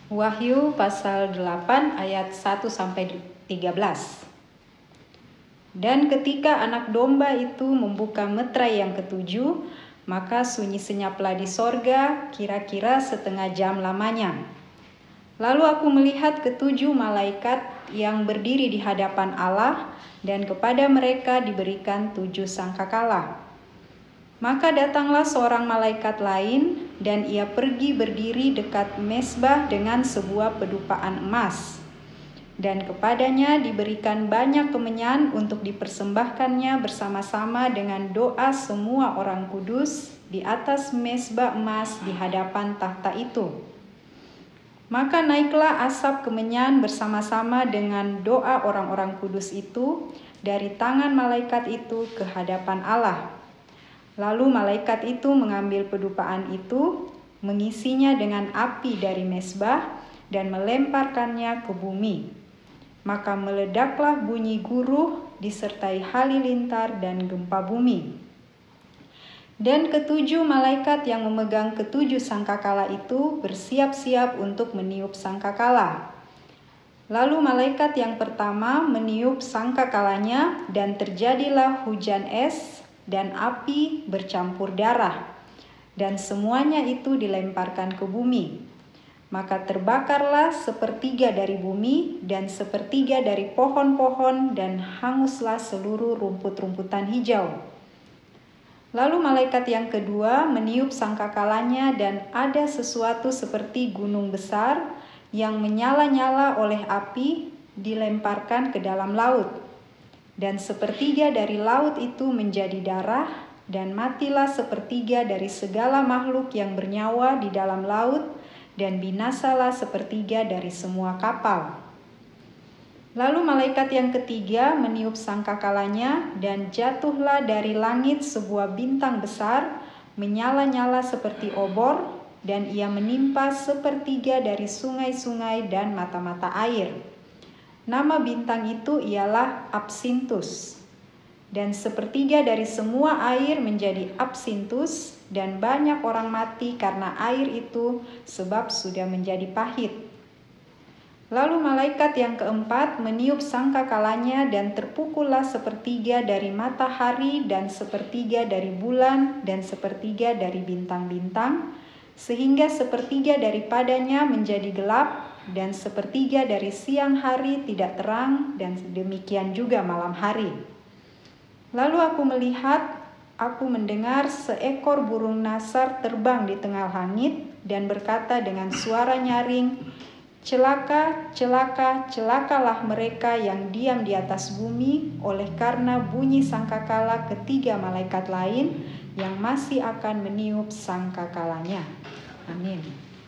Wahyu pasal 8 ayat 1-13. Dan ketika anak domba itu membuka meterai yang ketujuh, maka sunyi senyaplah di sorga, kira-kira setengah jam lamanya. Lalu aku melihat ketujuh malaikat yang berdiri di hadapan Allah, dan kepada mereka diberikan 7 sangkakala. Maka datanglah seorang malaikat lain, dan ia pergi berdiri dekat mezbah dengan sebuah pedupaan emas. Dan kepadanya diberikan banyak kemenyan untuk dipersembahkannya bersama-sama dengan doa semua orang kudus di atas mezbah emas di hadapan tahta itu. Maka naiklah asap kemenyan bersama-sama dengan doa orang-orang kudus itu dari tangan malaikat itu ke hadapan Allah. Lalu malaikat itu mengambil pedupaan itu, mengisinya dengan api dari mezbah dan melemparkannya ke bumi. Maka meledaklah bunyi guruh disertai halilintar dan gempa bumi. Dan ketujuh malaikat yang memegang ketujuh sangkakala itu bersiap-siap untuk meniup sangkakala. Lalu malaikat yang pertama meniup sangkakalanya, dan terjadilah hujan es dan api bercampur darah, dan semuanya itu dilemparkan ke bumi. Maka terbakarlah 1/3 dari bumi dan 1/3 dari pohon-pohon, dan hanguslah seluruh rumput-rumputan hijau. Lalu malaikat yang kedua meniup sangkakalanya, dan ada sesuatu seperti gunung besar yang menyala-nyala oleh api dilemparkan ke dalam laut. Dan 1/3 dari laut itu menjadi darah, dan matilah 1/3 dari segala makhluk yang bernyawa di dalam laut, dan binasalah 1/3 dari semua kapal. Lalu malaikat yang ketiga meniup sangkakalanya, dan jatuhlah dari langit sebuah bintang besar, menyala-nyala seperti obor, dan ia menimpa 1/3 dari sungai-sungai dan mata-mata air. Nama bintang itu ialah Absintus. Dan 1/3 dari semua air menjadi absintus, dan banyak orang mati karena air itu, sebab sudah menjadi pahit. Lalu malaikat yang keempat meniup sangkakalanya, dan terpukullah 1/3 dari matahari, dan 1/3 dari bulan, dan 1/3 dari bintang-bintang, sehingga 1/3 daripadanya menjadi gelap, dan 1/3 dari siang hari tidak terang, dan demikian juga malam hari. Lalu aku mendengar seekor burung nasar terbang di tengah langit, dan berkata dengan suara nyaring, "Celaka, celaka, celakalah mereka yang diam di atas bumi, oleh karena bunyi sangkakala ketiga malaikat lain yang masih akan meniup sangkakalanya." Amin.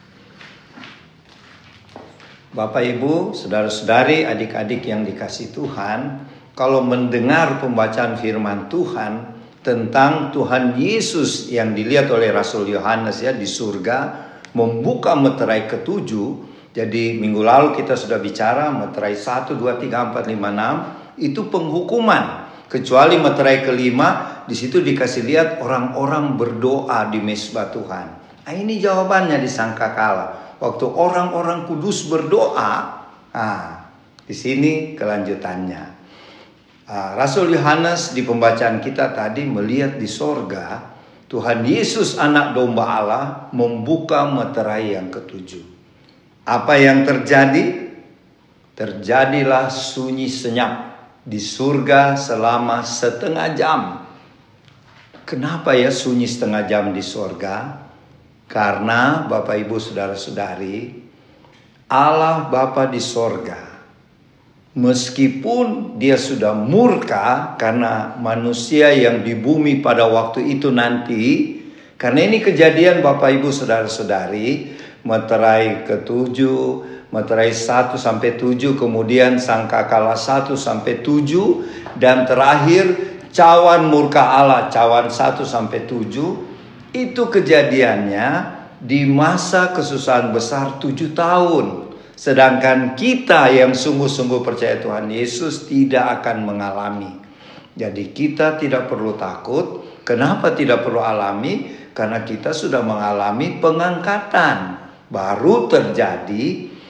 Bapak, Ibu, saudara-saudari, adik-adik yang dikasihi Tuhan, kalau mendengar pembacaan firman Tuhan tentang Tuhan Yesus yang dilihat oleh Rasul Yohanes di surga, membuka meterai ketujuh. Jadi minggu lalu kita sudah bicara meterai 1, 2, 3, 4, 5, 6 itu penghukuman. Kecuali meterai kelima, di situ dikasih lihat orang-orang berdoa di mezbah Tuhan. Nah, ini jawabannya di sangkakala. Waktu orang-orang kudus berdoa, di sini kelanjutannya. Rasul Yohanes di pembacaan kita tadi melihat di sorga Tuhan Yesus anak domba Allah membuka meterai yang ketujuh. Apa yang terjadi? Terjadilah sunyi senyap di surga selama setengah jam. Kenapa ya sunyi setengah jam di sorga? Karena Bapak, Ibu, saudara-saudari, Allah Bapa di sorga, meskipun dia sudah murka karena manusia yang di bumi pada waktu itu nanti, karena ini kejadian Bapak, Ibu, saudara-saudari, meterai ketujuh, meterai 1-7, kemudian sangkakala 1-7, dan terakhir cawan murka Allah, cawan 1-7, itu kejadiannya di masa kesusahan besar 7 tahun. Sedangkan kita yang sungguh-sungguh percaya Tuhan Yesus tidak akan mengalami. Jadi kita tidak perlu takut. Kenapa tidak perlu alami? Karena kita sudah mengalami pengangkatan. Baru terjadi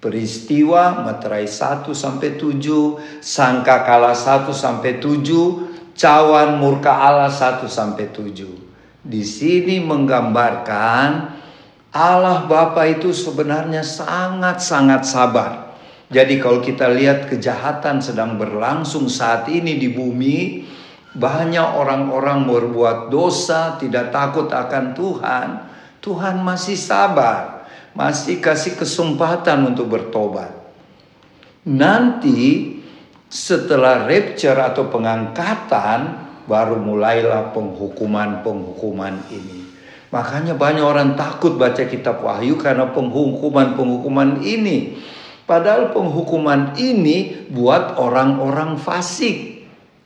Peristiwa meterai 1-7, sangkakala 1-7, cawan murka Allah 1-7. Di sini menggambarkan Allah Bapa itu sebenarnya sangat-sangat sabar. Jadi kalau kita lihat kejahatan sedang berlangsung saat ini di bumi, banyak orang-orang berbuat dosa, tidak takut akan Tuhan. Tuhan masih sabar, masih kasih kesempatan untuk bertobat. Nanti setelah rapture atau pengangkatan, baru mulailah penghukuman-penghukuman ini. Makanya banyak orang takut baca kitab Wahyu karena penghukuman-penghukuman ini. Padahal penghukuman ini buat orang-orang fasik.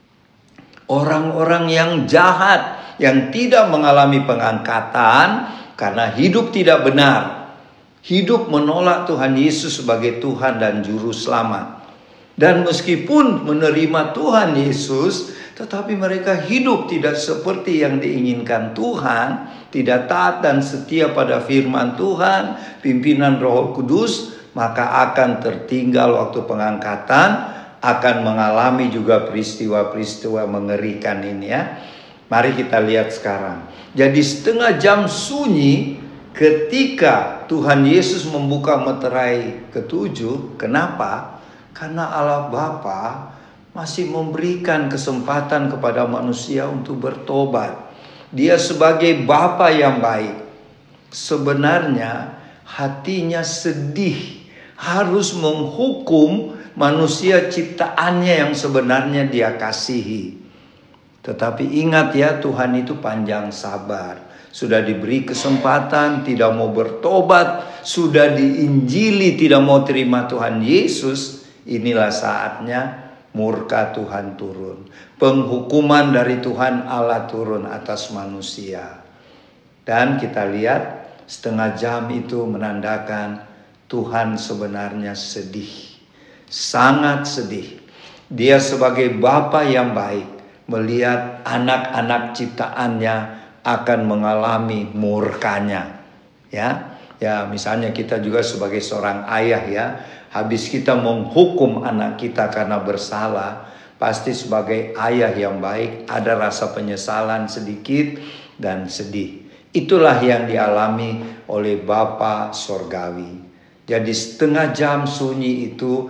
Orang-orang yang jahat, yang tidak mengalami pengangkatan karena hidup tidak benar. Hidup menolak Tuhan Yesus sebagai Tuhan dan Juru Selamat. Dan meskipun menerima Tuhan Yesus, tetapi mereka hidup tidak seperti yang diinginkan Tuhan. Tidak taat dan setia pada firman Tuhan, pimpinan Roh Kudus, maka akan tertinggal waktu pengangkatan, akan mengalami juga peristiwa-peristiwa mengerikan ini ya. Mari kita lihat sekarang. Jadi setengah jam sunyi ketika Tuhan Yesus membuka meterai ke-7. Kenapa? Karena Allah Bapa masih memberikan kesempatan kepada manusia untuk bertobat. Dia sebagai Bapa yang baik. Sebenarnya hatinya sedih, harus menghukum manusia ciptaannya yang sebenarnya Dia kasihi. Tetapi ingat ya, Tuhan itu panjang sabar. Sudah diberi kesempatan, tidak mau bertobat, sudah diinjili, tidak mau terima Tuhan Yesus. Inilah saatnya murka Tuhan turun. Penghukuman dari Tuhan Allah turun atas manusia. Dan kita lihat setengah jam itu menandakan Tuhan sebenarnya sedih. Sangat sedih. Dia sebagai Bapa yang baik melihat anak-anak ciptaannya akan mengalami murkanya. Ya, misalnya kita juga sebagai seorang ayah ya, habis kita menghukum anak kita karena bersalah, pasti sebagai ayah yang baik ada rasa penyesalan sedikit dan sedih. Itulah yang dialami oleh Bapa Sorgawi. Jadi setengah jam sunyi itu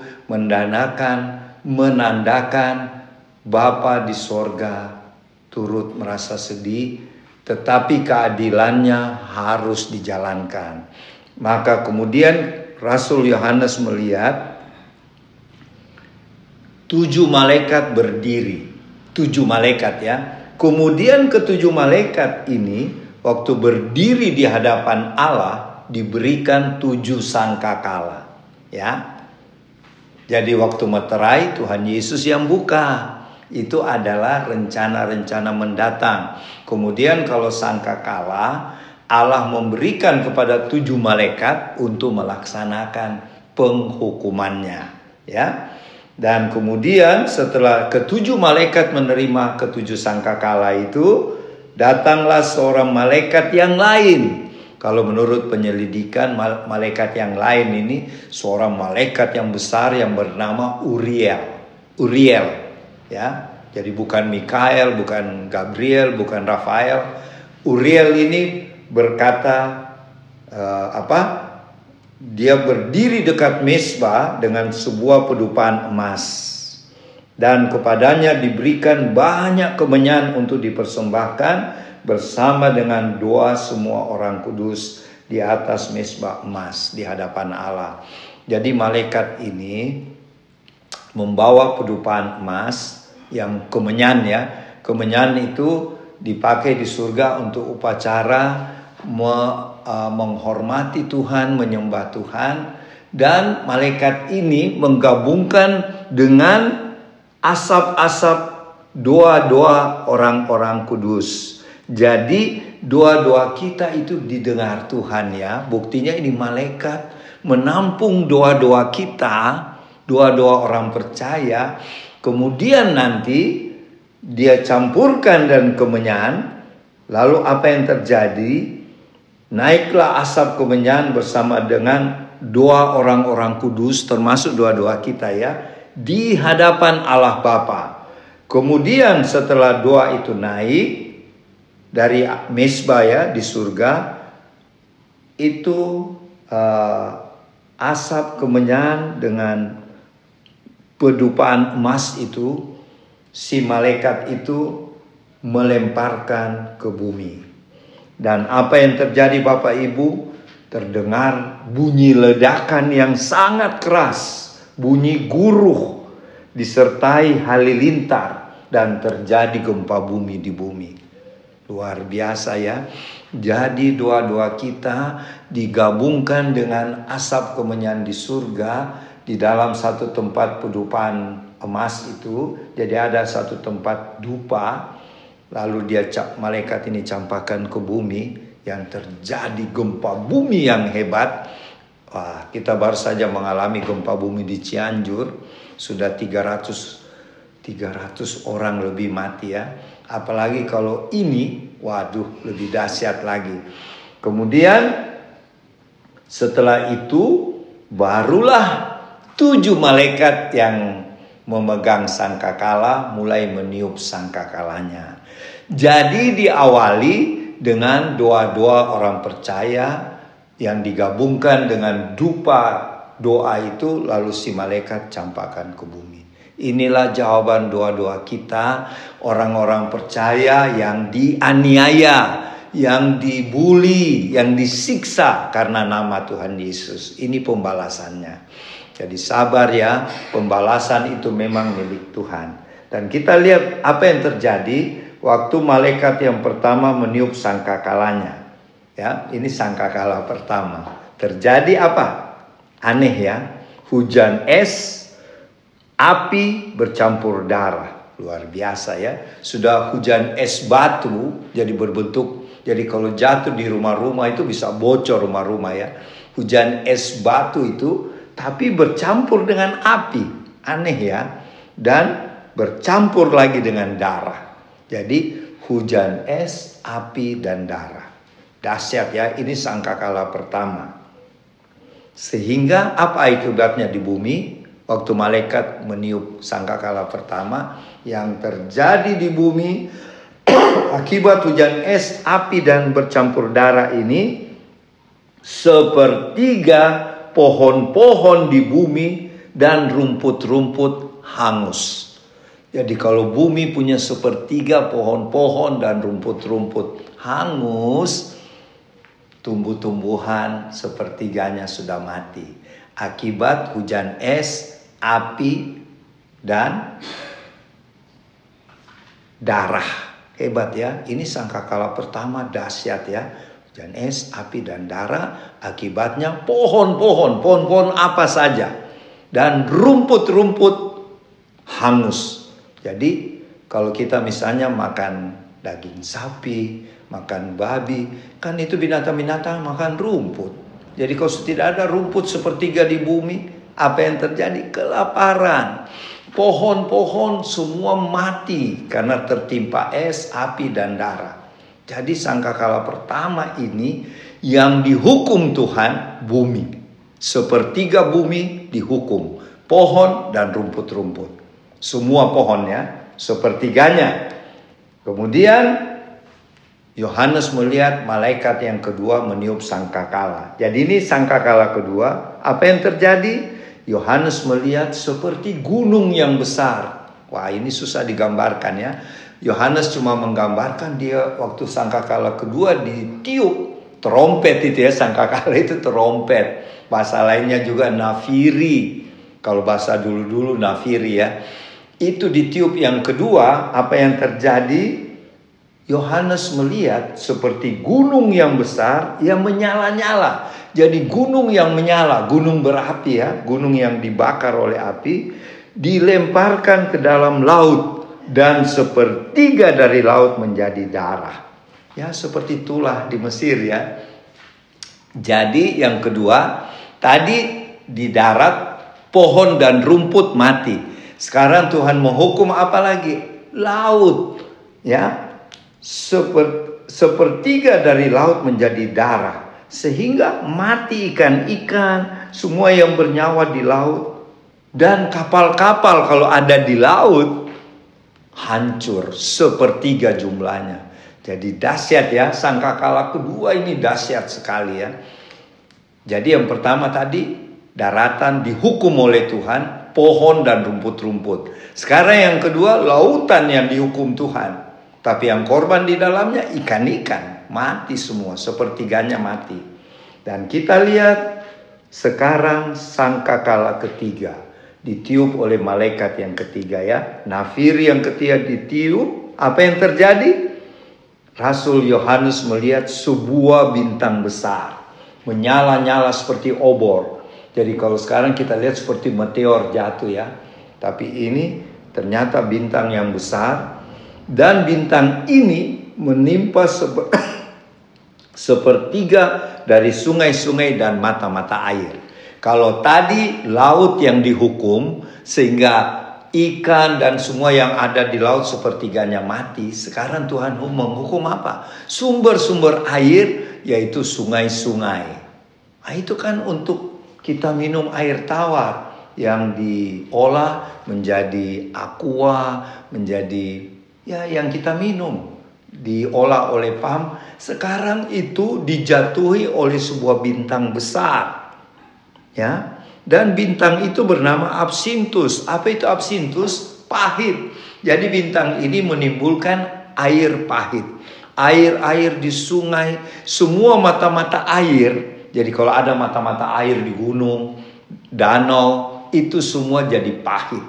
menandakan Bapa di sorga turut merasa sedih, tetapi keadilannya harus dijalankan. Maka kemudian Rasul Yohanes melihat 7 malaikat berdiri. 7 malaikat ya. Kemudian ke-7 malaikat ini waktu berdiri di hadapan Allah diberikan 7 sangkakala. Ya. Jadi waktu meterai Tuhan Yesus yang buka. Itu adalah rencana-rencana mendatang. Kemudian kalau sangkakala, Allah memberikan kepada 7 malaikat untuk melaksanakan penghukumannya. Ya. Dan kemudian setelah ke-7 malaikat menerima ke-7 sangkakala itu, datanglah seorang malaikat yang lain. Kalau menurut penyelidikan, malaikat yang lain ini seorang malaikat yang besar yang bernama Uriel. Ya, jadi bukan Mikael, bukan Gabriel, bukan Rafael. Uriel ini berkata dia berdiri dekat mezbah dengan sebuah pedupaan emas, dan kepadanya diberikan banyak kemenyan untuk dipersembahkan bersama dengan doa semua orang kudus di atas mezbah emas di hadapan Allah. Jadi malaikat ini membawa pedupaan emas yang kemenyan ya. Kemenyan itu dipakai di surga untuk upacara menghormati Tuhan, menyembah Tuhan. Dan malaikat ini menggabungkan dengan asap-asap doa-doa orang-orang kudus. Jadi doa-doa kita itu didengar Tuhan ya. Buktinya ini malaikat menampung doa-doa kita, doa-doa orang percaya. Kemudian nanti dia campurkan dan kemenyan. Lalu apa yang terjadi? naiklah asap kemenyan bersama dengan doa orang-orang kudus, termasuk doa-doa kita ya, di hadapan Allah Bapa. Kemudian setelah doa itu naik dari mesbah ya di surga, itu asap kemenyan dengan pedupaan emas itu, si malaikat itu melemparkan ke bumi. Dan apa yang terjadi Bapak Ibu? Terdengar bunyi ledakan yang sangat keras, bunyi guruh disertai halilintar, dan terjadi gempa bumi di bumi. Luar biasa ya. Jadi doa-doa kita digabungkan dengan asap kemenyan di surga di dalam satu tempat pedupaan emas itu. Jadi ada satu tempat dupa, lalu malaikat ini campakkan ke bumi, yang terjadi gempa bumi yang hebat. Wah, kita baru saja mengalami gempa bumi di Cianjur, sudah 300 orang lebih mati ya. Apalagi kalau ini, waduh, lebih dahsyat lagi. Kemudian setelah itu barulah 7 malaikat yang memegang sangkakala mulai meniup sangkakalanya. Jadi diawali dengan doa-doa orang percaya yang digabungkan dengan dupa doa itu, lalu si malaikat campakkan ke bumi. Inilah jawaban doa-doa kita, orang-orang percaya yang dianiaya, yang dibuli, yang disiksa karena nama Tuhan Yesus. Ini pembalasannya. Jadi sabar ya, pembalasan itu memang milik Tuhan. Dan kita lihat apa yang terjadi waktu malaikat yang pertama meniup sangkakalanya. Ya, ini sangkakala pertama. Terjadi apa? Aneh ya. Hujan es, api bercampur darah. Luar biasa ya. Sudah hujan es batu jadi berbentuk. Jadi kalau jatuh di rumah-rumah itu bisa bocor rumah-rumah ya. Hujan es batu itu tapi bercampur dengan api. Aneh ya. Dan bercampur lagi dengan darah. Jadi hujan es, api dan darah. Dahsyat ya. Ini sangkakala pertama. Sehingga apa akibatnya di bumi? Waktu malaikat meniup sangkakala pertama, yang terjadi di bumi akibat hujan es, api dan bercampur darah ini, sepertiga pohon-pohon di bumi dan rumput-rumput hangus. Jadi kalau bumi punya sepertiga pohon-pohon dan rumput-rumput hangus, tumbuh-tumbuhan sepertiganya sudah mati akibat hujan es, api dan darah. Hebat ya. Ini sangkakala pertama, dahsyat ya. Hujan es, api dan darah, akibatnya pohon-pohon apa saja dan rumput-rumput hangus. Jadi kalau kita misalnya makan daging sapi, makan babi, kan itu binatang-binatang makan rumput. Jadi kalau tidak ada rumput sepertiga di bumi, apa yang terjadi? Kelaparan. Pohon-pohon semua mati karena tertimpa es, api dan darah. Jadi sangkakala pertama ini yang dihukum Tuhan bumi. Sepertiga bumi dihukum. Pohon dan rumput-rumput. Semua pohonnya, sepertiganya. Kemudian Yohanes melihat malaikat yang kedua meniup sangkakala. Jadi ini sangkakala kedua. Apa yang terjadi? Yohanes melihat seperti gunung yang besar. Wah, ini susah digambarkan ya. Yohanes cuma menggambarkan dia waktu sangkakala kedua ditiup. Trompet itu ya, sangkakala itu trompet. Bahasa lainnya juga nafiri. Kalau bahasa dulu-dulu nafiri ya. Itu ditiup yang kedua, apa yang terjadi? Yohanes melihat seperti gunung yang besar yang menyala-nyala. Jadi gunung yang menyala, gunung berapi ya, gunung yang dibakar oleh api, dilemparkan ke dalam laut dan sepertiga dari laut menjadi darah. Ya, seperti itulah di Mesir ya. Jadi yang kedua, tadi di darat pohon dan rumput mati. Sekarang Tuhan menghukum apa lagi? Laut. Ya. sepertiga dari laut menjadi darah, sehingga mati ikan-ikan, semua yang bernyawa di laut, dan kapal-kapal kalau ada di laut hancur sepertiga jumlahnya. Jadi dahsyat ya, sangkakala kedua ini dahsyat sekali ya. Jadi yang pertama tadi, daratan dihukum oleh Tuhan, pohon dan rumput-rumput. Sekarang yang kedua, lautan yang dihukum Tuhan. Tapi yang korban di dalamnya ikan-ikan, mati semua, sepertiganya mati. Dan kita lihat sekarang sangkakala ketiga ditiup oleh malaikat yang ketiga ya. Nafir yang ketiga ditiup, apa yang terjadi? Rasul Yohanes melihat sebuah bintang besar, menyala-nyala seperti obor. Jadi kalau sekarang kita lihat seperti meteor jatuh ya. Tapi ini ternyata bintang yang besar. Dan bintang ini menimpa sepertiga dari sungai-sungai dan mata-mata air. Kalau tadi laut yang dihukum sehingga ikan dan semua yang ada di laut sepertiganya mati. Sekarang Tuhan menghukum apa? Sumber-sumber air, yaitu sungai-sungai. Nah, itu kan untuk kita minum air tawar yang diolah menjadi aqua, menjadi ya yang kita minum, diolah oleh PAM. Sekarang itu dijatuhi oleh sebuah bintang besar ya. Dan bintang itu bernama Absinthus. Apa itu Absinthus? Pahit. Jadi bintang ini menimbulkan air pahit. Air-air di sungai, semua mata-mata air. Jadi kalau ada mata-mata air di gunung, danau, itu semua jadi pahit.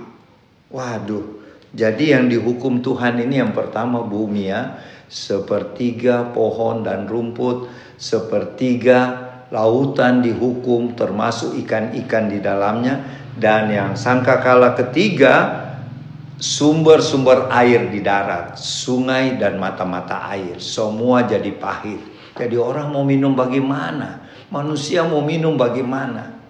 Waduh. Jadi yang dihukum Tuhan ini yang pertama bumi ya. Sepertiga pohon dan rumput, sepertiga lautan dihukum termasuk ikan-ikan di dalamnya. Dan yang sangkakala ketiga, sumber-sumber air di darat, sungai dan mata-mata air, semua jadi pahit. Jadi orang mau minum bagaimana? Manusia mau minum bagaimana?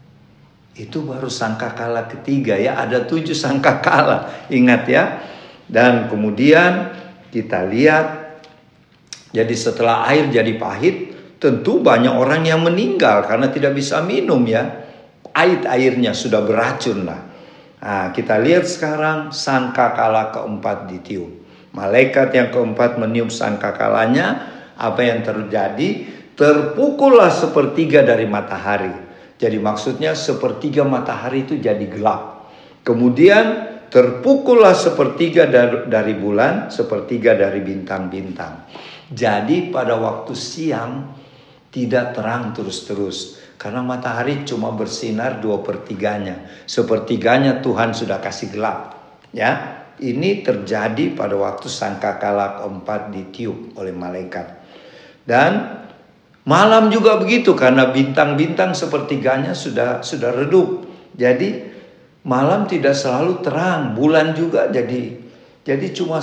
Itu baru sangkakala ketiga ya. Ada 7 sangkakala, ingat ya. Dan kemudian kita lihat, jadi setelah air jadi pahit, tentu banyak orang yang meninggal karena tidak bisa minum ya. Airnya sudah beracun lah. Nah, kita lihat sekarang sangkakala keempat ditiup. Malaikat yang keempat meniup sangkakalanya. Apa yang terjadi? Terpukullah sepertiga dari matahari. Jadi maksudnya sepertiga matahari itu jadi gelap. Kemudian terpukullah sepertiga dari bulan, sepertiga dari bintang-bintang. Jadi pada waktu siang tidak terang terus-terus. Karena matahari cuma bersinar 2/3. Sepertiganya Tuhan sudah kasih gelap. Ya, ini terjadi pada waktu sangkakala keempat ditiup oleh malaikat. Dan malam juga begitu karena bintang-bintang sepertiganya sudah redup. Jadi malam tidak selalu terang, bulan juga jadi cuma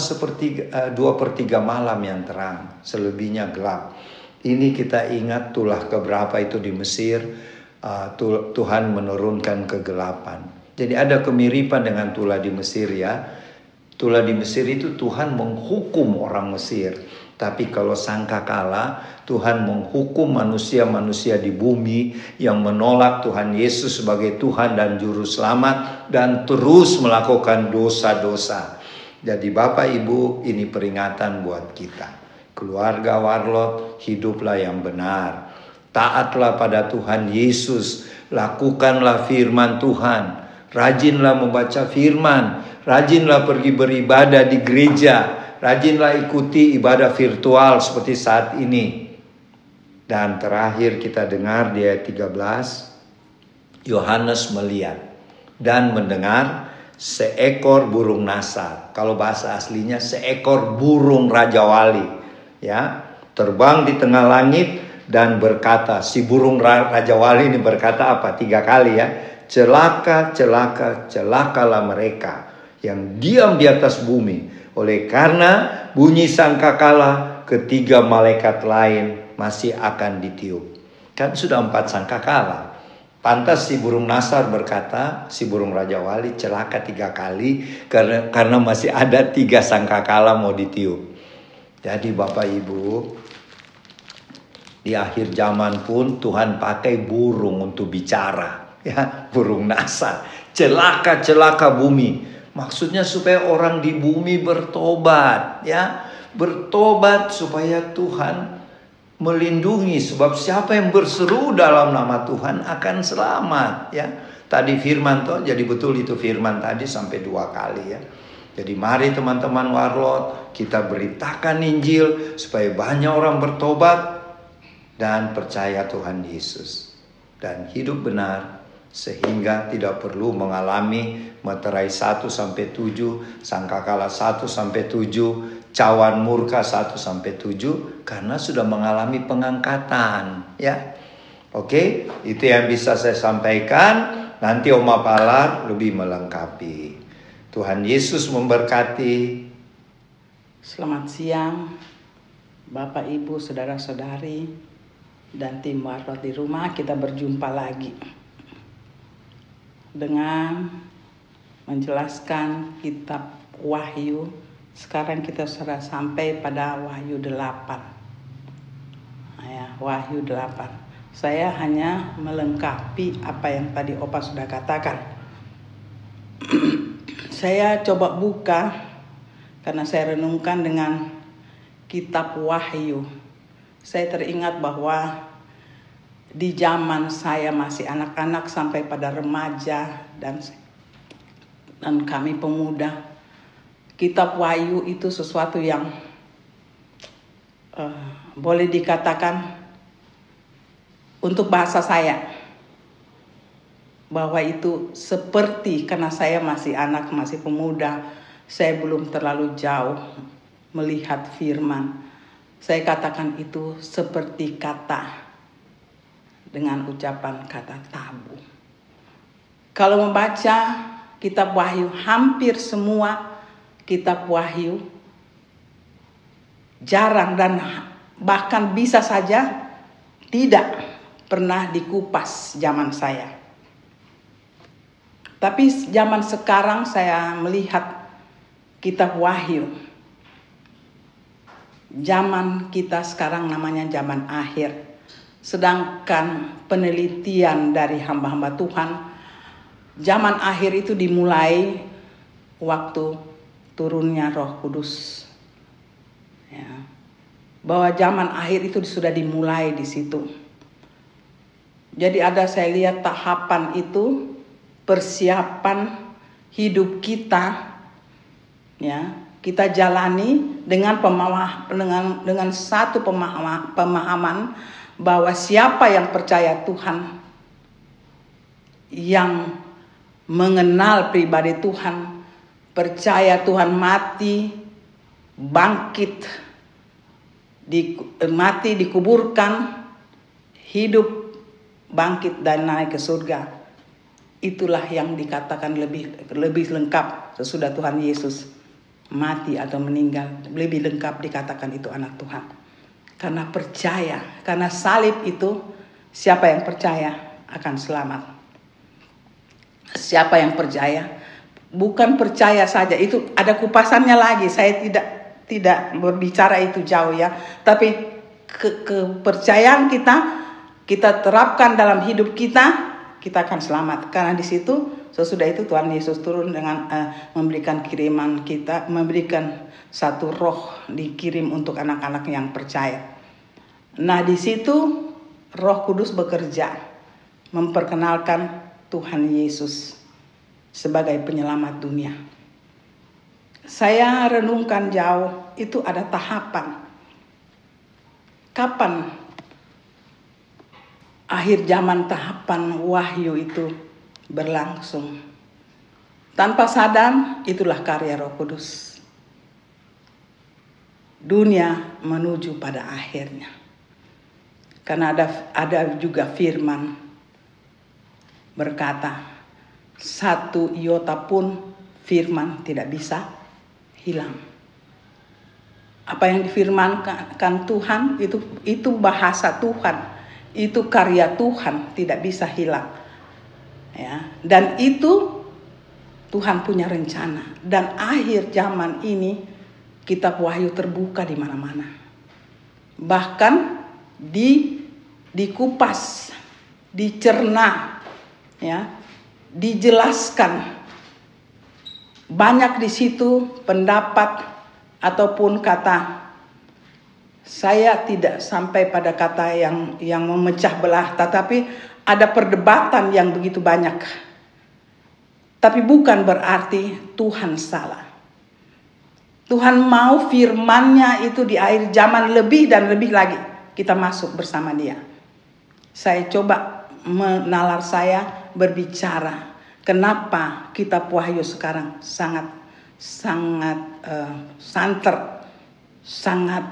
2/3 malam yang terang, selebihnya gelap. Ini kita ingat tulah keberapa itu di Mesir, Tuhan menurunkan kegelapan. Jadi ada kemiripan dengan tulah di Mesir ya. Tulah di Mesir itu Tuhan menghukum orang Mesir. Tapi kalau sangkakala, Tuhan menghukum manusia-manusia di bumi yang menolak Tuhan Yesus sebagai Tuhan dan Juru Selamat dan terus melakukan dosa-dosa. Jadi Bapak Ibu, ini peringatan buat kita. Keluarga Warlot, hiduplah yang benar. Taatlah pada Tuhan Yesus. Lakukanlah firman Tuhan. Rajinlah membaca firman. Rajinlah pergi beribadah di gereja. Rajinlah ikuti ibadah virtual seperti saat ini. Dan terakhir kita dengar di ayat 13. Yohanes melihat dan mendengar seekor burung nasar. Kalau bahasa aslinya seekor burung Raja Wali. Ya, terbang di tengah langit dan berkata. Si burung Raja Wali ini berkata apa? 3 kali ya. Celaka, celaka, celakalah mereka yang diam di atas bumi. Oleh karena bunyi sangkakala, ketiga malaikat lain masih akan ditiup. Kan sudah 4 sangkakala. Pantas si burung nasar berkata, si burung Raja Wali celaka 3 kali karena masih ada 3 sangkakala mau ditiup. Jadi Bapak Ibu, di akhir zaman pun Tuhan pakai burung untuk bicara, ya, burung nasa, celaka-celaka bumi. Maksudnya supaya orang di bumi bertobat, ya, bertobat supaya Tuhan melindungi, sebab siapa yang berseru dalam nama Tuhan akan selamat, ya. Tadi firman toh, jadi betul itu firman tadi sampai 2 kali, ya. Jadi mari teman-teman Warlot, kita beritakan Injil supaya banyak orang bertobat dan percaya Tuhan Yesus dan hidup benar, sehingga tidak perlu mengalami meterai 1-7, sangkakala 1-7, cawan murka 1-7, karena sudah mengalami pengangkatan, ya. Oke, itu yang bisa saya sampaikan. Nanti Oma Palar lebih melengkapi. Tuhan Yesus memberkati. Selamat siang Bapak, Ibu, Saudara-saudari, dan tim Warlot di rumah. Kita berjumpa lagi dengan menjelaskan kitab Wahyu. Sekarang kita sudah sampai pada Wahyu 8. Ya, Wahyu 8. Saya hanya melengkapi apa yang tadi Opa sudah katakan. Saya coba buka karena saya renungkan dengan kitab Wahyu. Saya teringat bahwa di zaman saya masih anak-anak sampai pada remaja dan kami pemuda, kitab Wahyu itu sesuatu yang boleh dikatakan untuk bahasa saya bahwa itu seperti, karena saya masih anak, masih pemuda, saya belum terlalu jauh melihat firman. Saya katakan itu seperti kata dengan ucapan kata tabu. Kalau membaca kitab Wahyu, hampir semua kitab Wahyu jarang dan bahkan bisa saja tidak pernah dikupas zaman saya. Tapi zaman sekarang saya melihat kitab Wahyu. Zaman kita sekarang namanya zaman akhir. Sedangkan penelitian dari hamba-hamba Tuhan, zaman akhir itu dimulai waktu turunnya Roh Kudus. Ya. Bahwa zaman akhir itu sudah dimulai di situ. Jadi ada, saya lihat tahapan itu, persiapan hidup kita, ya, kita jalani dengan satu pemahaman bahwa siapa yang percaya Tuhan, yang mengenal pribadi Tuhan, percaya Tuhan mati, bangkit, mati, dikuburkan, hidup, bangkit dan naik ke surga. Itulah yang dikatakan lebih lengkap sesudah Tuhan Yesus mati atau meninggal. Lebih lengkap dikatakan itu anak Tuhan. Karena percaya, karena salib itu, siapa yang percaya akan selamat. Siapa yang percaya, bukan percaya saja, itu ada kupasannya lagi. Saya tidak berbicara itu jauh, ya. Tapi kepercayaan kita terapkan dalam hidup kita akan selamat. Karena di situ sesudah itu Tuhan Yesus turun dengan memberikan kiriman kita, memberikan satu roh dikirim untuk anak-anak yang percaya. Nah, di situ Roh Kudus bekerja memperkenalkan Tuhan Yesus sebagai penyelamat dunia. Saya renungkan jauh, itu ada tahapan. Kapan akhir zaman, tahapan Wahyu itu berlangsung? Tanpa sadar, itulah karya Roh Kudus. Dunia menuju pada akhirnya. Karena ada juga firman berkata, 1 iota pun firman tidak bisa hilang. Apa yang difirmankan Tuhan itu bahasa Tuhan. Itu karya Tuhan, tidak bisa hilang. Ya, dan itu Tuhan punya rencana. Dan akhir zaman ini kitab Wahyu terbuka di mana-mana. Bahkan dikupas, dicerna, ya, dijelaskan. Banyak di situ pendapat ataupun kata. Saya tidak sampai pada kata yang memecah belah, tetapi ada perdebatan yang begitu banyak. Tapi bukan berarti Tuhan salah. Tuhan mau firman-Nya itu di akhir zaman lebih dan lebih lagi kita masuk bersama Dia. Saya coba menalar, saya berbicara kenapa kitab Wahyu sekarang sangat santer, sangat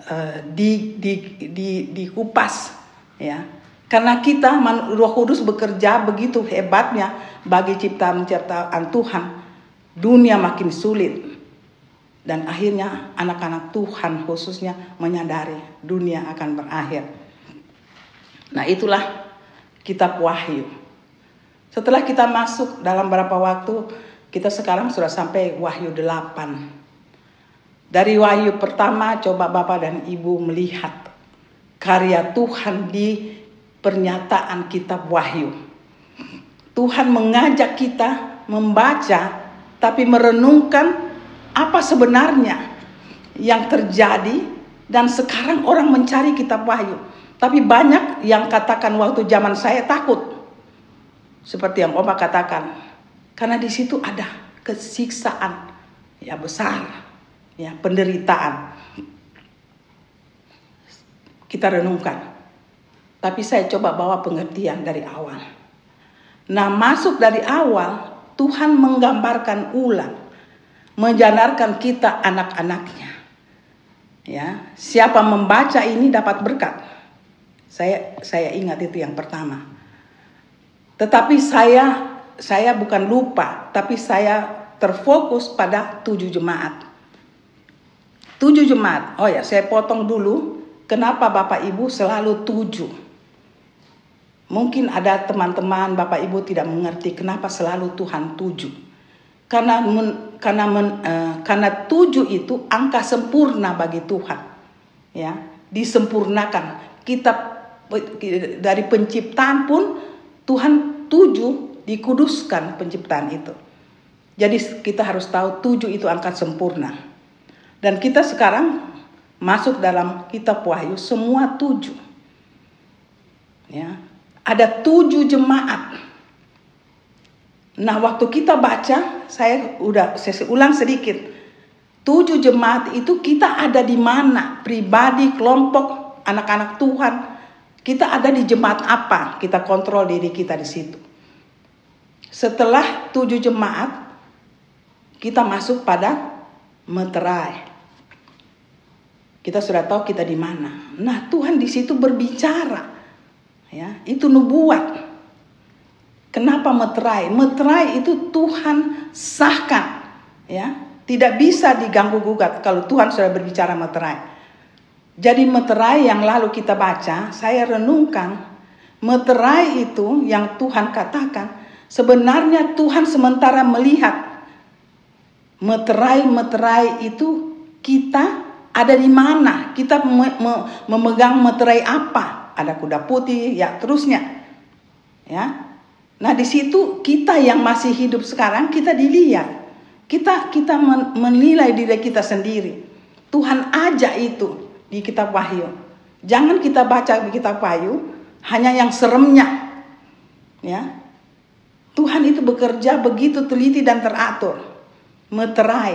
dikupas, ya. Karena kita Roh Kudus bekerja begitu hebatnya bagi ciptaan-ciptaan Tuhan, dunia makin sulit. Dan akhirnya anak-anak Tuhan khususnya menyadari dunia akan berakhir. Nah, itulah kitab Wahyu. Setelah kita masuk dalam beberapa waktu, kita sekarang sudah sampai Wahyu 8. Dari Wahyu pertama, coba Bapak dan Ibu melihat karya Tuhan di pernyataan kitab Wahyu. Tuhan mengajak kita membaca, tapi merenungkan apa sebenarnya yang terjadi. Dan sekarang orang mencari kitab Wahyu. Tapi banyak yang katakan waktu zaman saya takut. Seperti yang Oma katakan. Karena di situ ada kesiksaan ya besar. Ya, penderitaan. Kita renungkan. Tapi saya coba bawa pengertian dari awal. Nah, masuk dari awal, Tuhan menggambarkan ulang, menjanarkan kita anak-anaknya. Ya, siapa membaca ini dapat berkat. Saya ingat itu yang pertama. Tetapi saya bukan lupa, tapi saya terfokus pada 7 jemaat. 7 jemaat. Oh ya, saya potong dulu. Kenapa Bapak Ibu selalu 7? Mungkin ada teman-teman Bapak Ibu tidak mengerti kenapa selalu Tuhan 7. Karena 7 itu angka sempurna bagi Tuhan. Ya, disempurnakan. Kita dari penciptaan pun Tuhan 7 dikuduskan penciptaan itu. Jadi kita harus tahu 7 itu angka sempurna. Dan kita sekarang masuk dalam kitab Wahyu semua 7. Ya, ada 7 jemaat. Nah, waktu kita baca, saya ulang sedikit. 7 jemaat itu kita ada di mana? Pribadi, kelompok, anak-anak Tuhan. Kita ada di jemaat apa? Kita kontrol diri kita di situ. Setelah 7 jemaat, kita masuk pada meterai. Kita sudah tahu kita di mana. Nah, Tuhan di situ berbicara. Ya, itu nubuat. Kenapa meterai? Meterai itu Tuhan sahkan. Ya, tidak bisa diganggu gugat kalau Tuhan sudah berbicara meterai. Jadi meterai yang lalu kita baca, saya renungkan. Meterai itu yang Tuhan katakan, sebenarnya Tuhan sementara melihat. Meterai itu kita ada di mana? Kita memegang meterai apa? Ada kuda putih, ya terusnya. Ya. Nah, di situ kita yang masih hidup sekarang kita dilihat. Kita menilai diri kita sendiri. Tuhan ajak itu di kitab Wahyu. Jangan kita baca di kitab Wahyu hanya yang seremnya. Ya. Tuhan itu bekerja begitu teliti dan teratur. Meterai.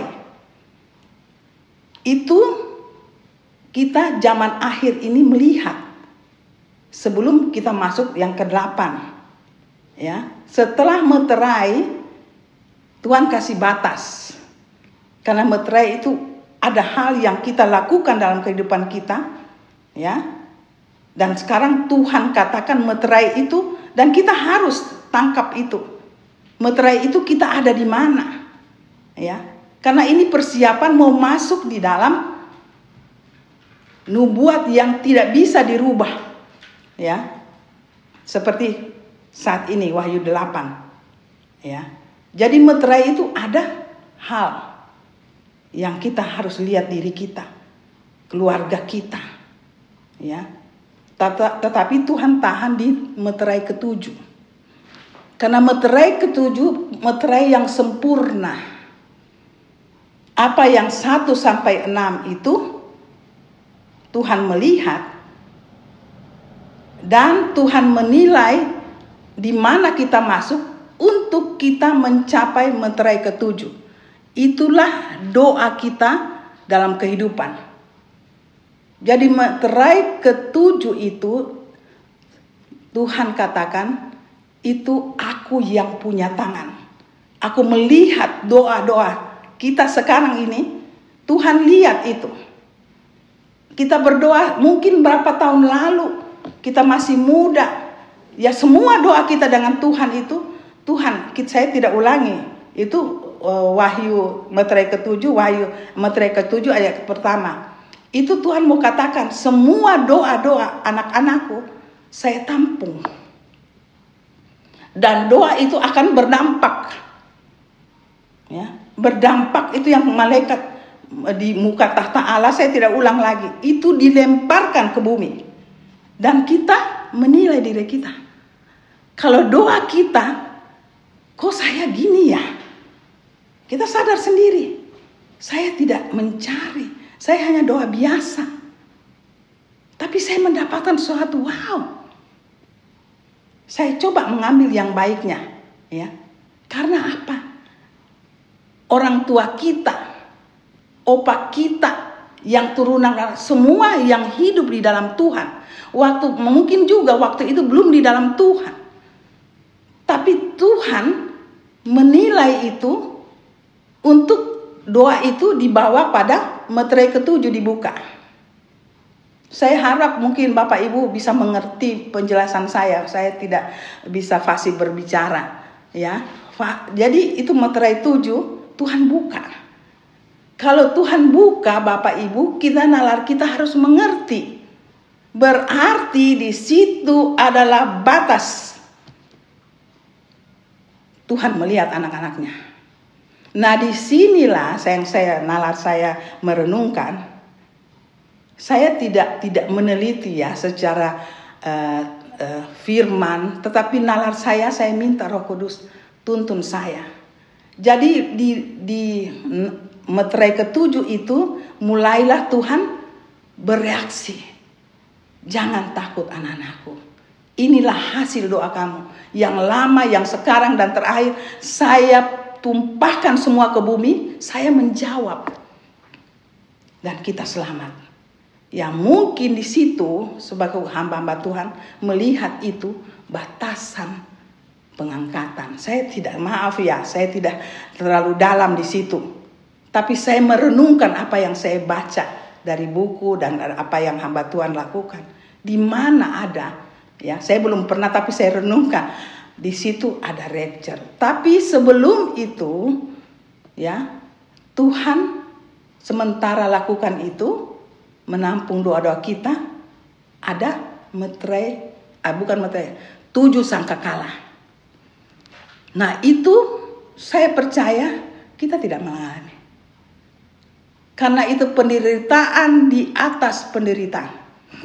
Itu kita zaman akhir ini melihat sebelum kita masuk yang ke-8. Ya, setelah meterai Tuhan kasih batas. Karena meterai itu ada hal yang kita lakukan dalam kehidupan kita, ya. Dan sekarang Tuhan katakan meterai itu dan kita harus tangkap itu. Meterai itu kita ada di mana? Ya. Karena ini persiapan mau masuk di dalam nubuat yang tidak bisa dirubah. Ya. Seperti saat ini Wahyu 8. Ya. Jadi meterai itu ada hal. yang kita harus lihat diri kita, keluarga kita, ya. Tetapi Tuhan tahan di meterai ketujuh. Karena meterai ketujuh, meterai yang sempurna. Apa yang 1 sampai 6 itu Tuhan melihat dan Tuhan menilai di mana kita masuk untuk kita mencapai meterai ketujuh. Itulah doa kita dalam kehidupan. Jadi meterai ketujuh itu Tuhan katakan itu aku yang punya tangan. Aku melihat doa-doa kita sekarang ini, Tuhan lihat itu. Kita berdoa mungkin berapa tahun lalu, kita masih muda. Ya semua doa kita dengan Tuhan itu, Tuhan, saya tidak ulangi. Itu Wahyu meterai ketujuh ayat pertama. Itu Tuhan mau katakan semua doa-doa anak-anakku saya tampung. Dan doa itu akan berdampak. Ya, berdampak itu yang malaikat di muka tahta Allah, saya tidak ulang lagi. Itu dilemparkan ke bumi. Dan kita menilai diri kita. Kalau doa kita, kok saya gini ya? Kita sadar sendiri. Saya tidak mencari. Saya hanya doa biasa. Tapi saya mendapatkan sesuatu, wow. Saya coba mengambil yang baiknya. Ya. Karena apa? Orang tua kita, opa kita, yang turunan, semua yang hidup di dalam Tuhan. Mungkin juga waktu itu belum di dalam Tuhan. Tapi Tuhan menilai itu untuk doa itu dibawa pada meterai ketujuh dibuka. Saya harap mungkin Bapak Ibu bisa mengerti penjelasan saya. Saya tidak bisa fasih berbicara, ya. Jadi itu meterai 7 Tuhan buka. Kalau Tuhan buka Bapak Ibu, nalar kita harus mengerti. Berarti di situ adalah batas. Tuhan melihat anak-anaknya. Nah disinilah nalar saya merenungkan. Saya tidak meneliti ya secara firman, tetapi nalar saya minta Roh Kudus tuntun saya. Jadi di meterai ketujuh itu mulailah Tuhan bereaksi. Jangan takut anak-anakku. Inilah hasil doa kamu. Yang lama, yang sekarang dan terakhir saya tumpahkan semua ke bumi, saya menjawab. Dan kita selamat. Ya mungkin di situ sebagai hamba-hamba Tuhan melihat itu batasan pengangkatan. Saya tidak terlalu dalam di situ. Tapi saya merenungkan apa yang saya baca dari buku dan apa yang hamba Tuhan lakukan. Di mana ada, ya saya belum pernah tapi saya renungkan. Di situ ada rapture. Tapi sebelum itu, ya Tuhan sementara lakukan itu, menampung doa-doa kita, ada meterai, bukan meterai, 7 sangkakala. Nah itu saya percaya kita tidak mengalami. Karena itu penderitaan di atas penderitaan.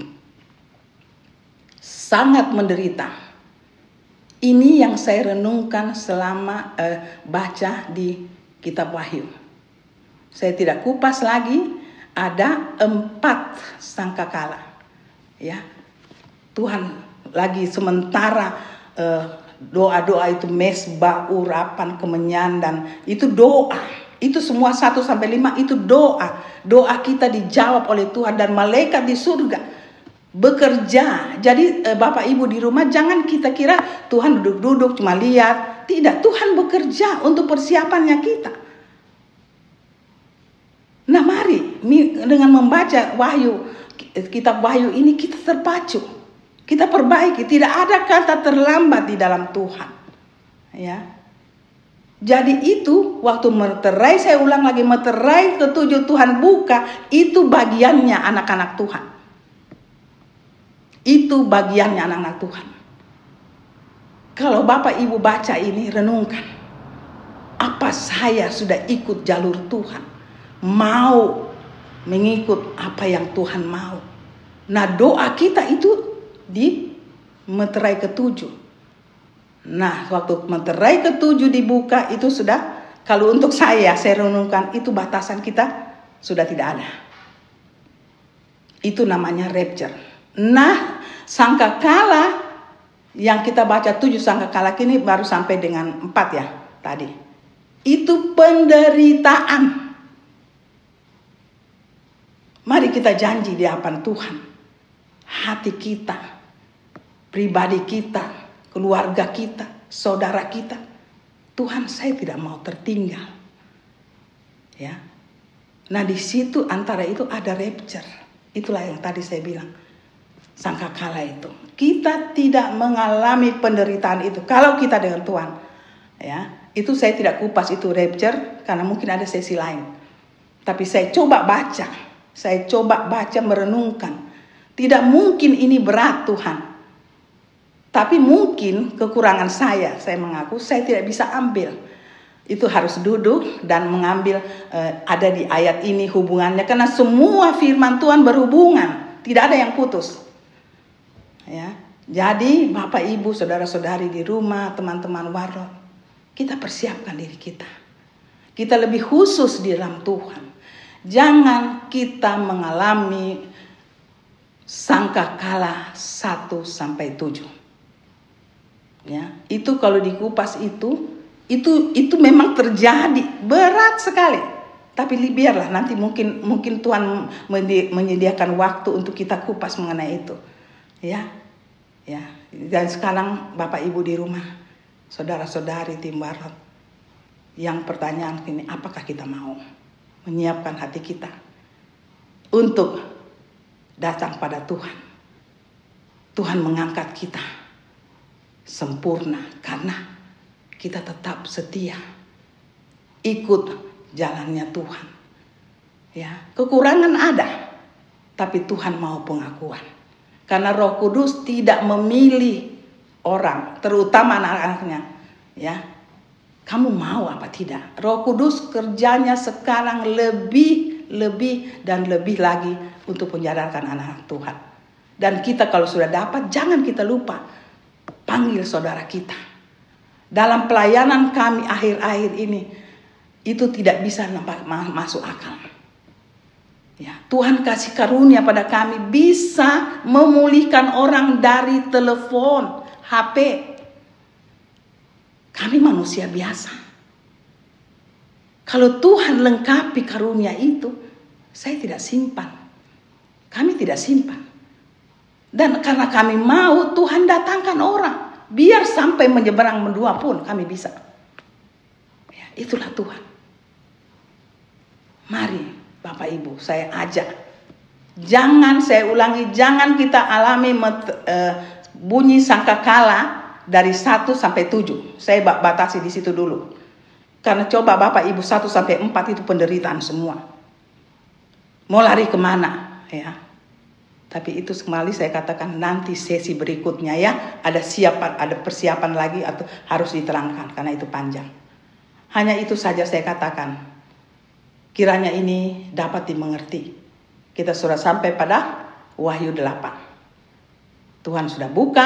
Sangat menderita. Ini yang saya renungkan selama baca di kitab Wahyu. Saya tidak kupas lagi, ada 4 sangkakala. Ya. Tuhan lagi sementara doa-doa itu mesbah, urapan, kemenyan dan itu doa. Itu semua 1 sampai 5 itu doa. Doa kita dijawab oleh Tuhan dan malaikat di surga bekerja. Jadi Bapak Ibu di rumah jangan kita kira Tuhan duduk-duduk cuma lihat. Tidak, Tuhan bekerja untuk persiapannya kita. Nah mari dengan membaca Wahyu, kitab Wahyu ini kita terpacu. Kita perbaiki, tidak ada kata terlambat di dalam Tuhan. Ya. Jadi itu waktu meterai, saya ulang lagi, meterai ke-7 Tuhan buka, itu bagiannya anak-anak Tuhan. Itu bagiannya anak-anak Tuhan. Kalau Bapak Ibu baca ini, renungkan. Apa saya sudah ikut jalur Tuhan? mau mengikut apa yang Tuhan mau. Nah, doa kita itu di meterai ke-7. Nah, waktu meterai ke-7 dibuka itu sudah, kalau untuk saya renungkan itu batasan kita sudah tidak ada. Itu namanya rapture. Nah, sangkakala yang kita baca 7 sangkakala ini baru sampai dengan 4 ya tadi. Itu penderitaan. Mari kita janji di hadapan Tuhan. Hati kita, pribadi kita, keluarga kita, saudara kita. Tuhan, saya tidak mau tertinggal. Ya. Nah, di situ antara itu ada rapture. Itulah yang tadi saya bilang. Sangkakala itu. Kita tidak mengalami penderitaan itu kalau kita dengan Tuhan. Ya, itu saya tidak kupas itu rapture karena mungkin ada sesi lain. Tapi saya coba baca. Saya coba baca, merenungkan. Tidak mungkin ini berat Tuhan. Tapi mungkin kekurangan saya mengaku saya tidak bisa ambil. Itu harus duduk dan mengambil ada di ayat ini hubungannya. Karena semua firman Tuhan berhubungan. Tidak ada yang putus. Ya, jadi Bapak Ibu, saudara-saudari di rumah, teman-teman warot, kita persiapkan diri kita. Kita lebih khusus di dalam Tuhan. Jangan kita mengalami sangkakala 1 sampai 7. Ya, itu kalau dikupas itu memang terjadi berat sekali. Tapi biarlah nanti mungkin Tuhan menyediakan waktu untuk kita kupas mengenai itu. Ya. Dan sekarang Bapak Ibu di rumah, saudara-saudari tim warot, yang pertanyaan ini, apakah kita mau menyiapkan hati kita untuk datang pada Tuhan? Tuhan mengangkat kita sempurna karena kita tetap setia ikut jalannya Tuhan. Ya, kekurangan ada, tapi Tuhan mau pengakuan. Karena Roh Kudus tidak memilih orang, terutama anak-anaknya. Ya, kamu mau apa tidak? Roh Kudus kerjanya sekarang lebih dan lebih lagi untuk menyadarkan anak-anak Tuhan. Dan kita kalau sudah dapat, jangan kita lupa panggil saudara kita. Dalam pelayanan kami akhir-akhir ini, itu tidak bisa masuk akal. Ya, Tuhan kasih karunia pada kami bisa memulihkan orang dari telepon, HP. Kami manusia biasa. Kalau Tuhan lengkapi karunia itu, saya tidak simpan. Kami tidak simpan. Dan karena kami mau, Tuhan datangkan orang. Biar sampai menyeberang mendua pun kami bisa. Ya, itulah Tuhan. Mari Bapak Ibu, saya ajak. Saya ulangi, jangan kita alami bunyi sangkakala dari 1 sampai 7. Saya batasi di situ dulu. Karena coba Bapak Ibu 1 sampai 4 itu penderitaan semua. Mau lari kemana? Ya. Tapi itu kembali saya katakan nanti sesi berikutnya ya. Ada persiapan lagi atau harus diterangkan karena itu panjang. Hanya itu saja saya katakan. Kiranya ini dapat dimengerti. Kita sudah sampai pada Wahyu 8. Tuhan sudah buka,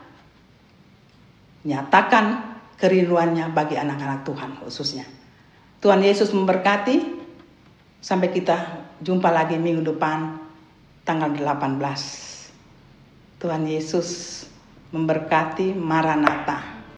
nyatakan kerinduannya bagi anak-anak Tuhan khususnya. Tuhan Yesus memberkati. Sampai kita jumpa lagi minggu depan tanggal 18. Tuhan Yesus memberkati. Maranatha.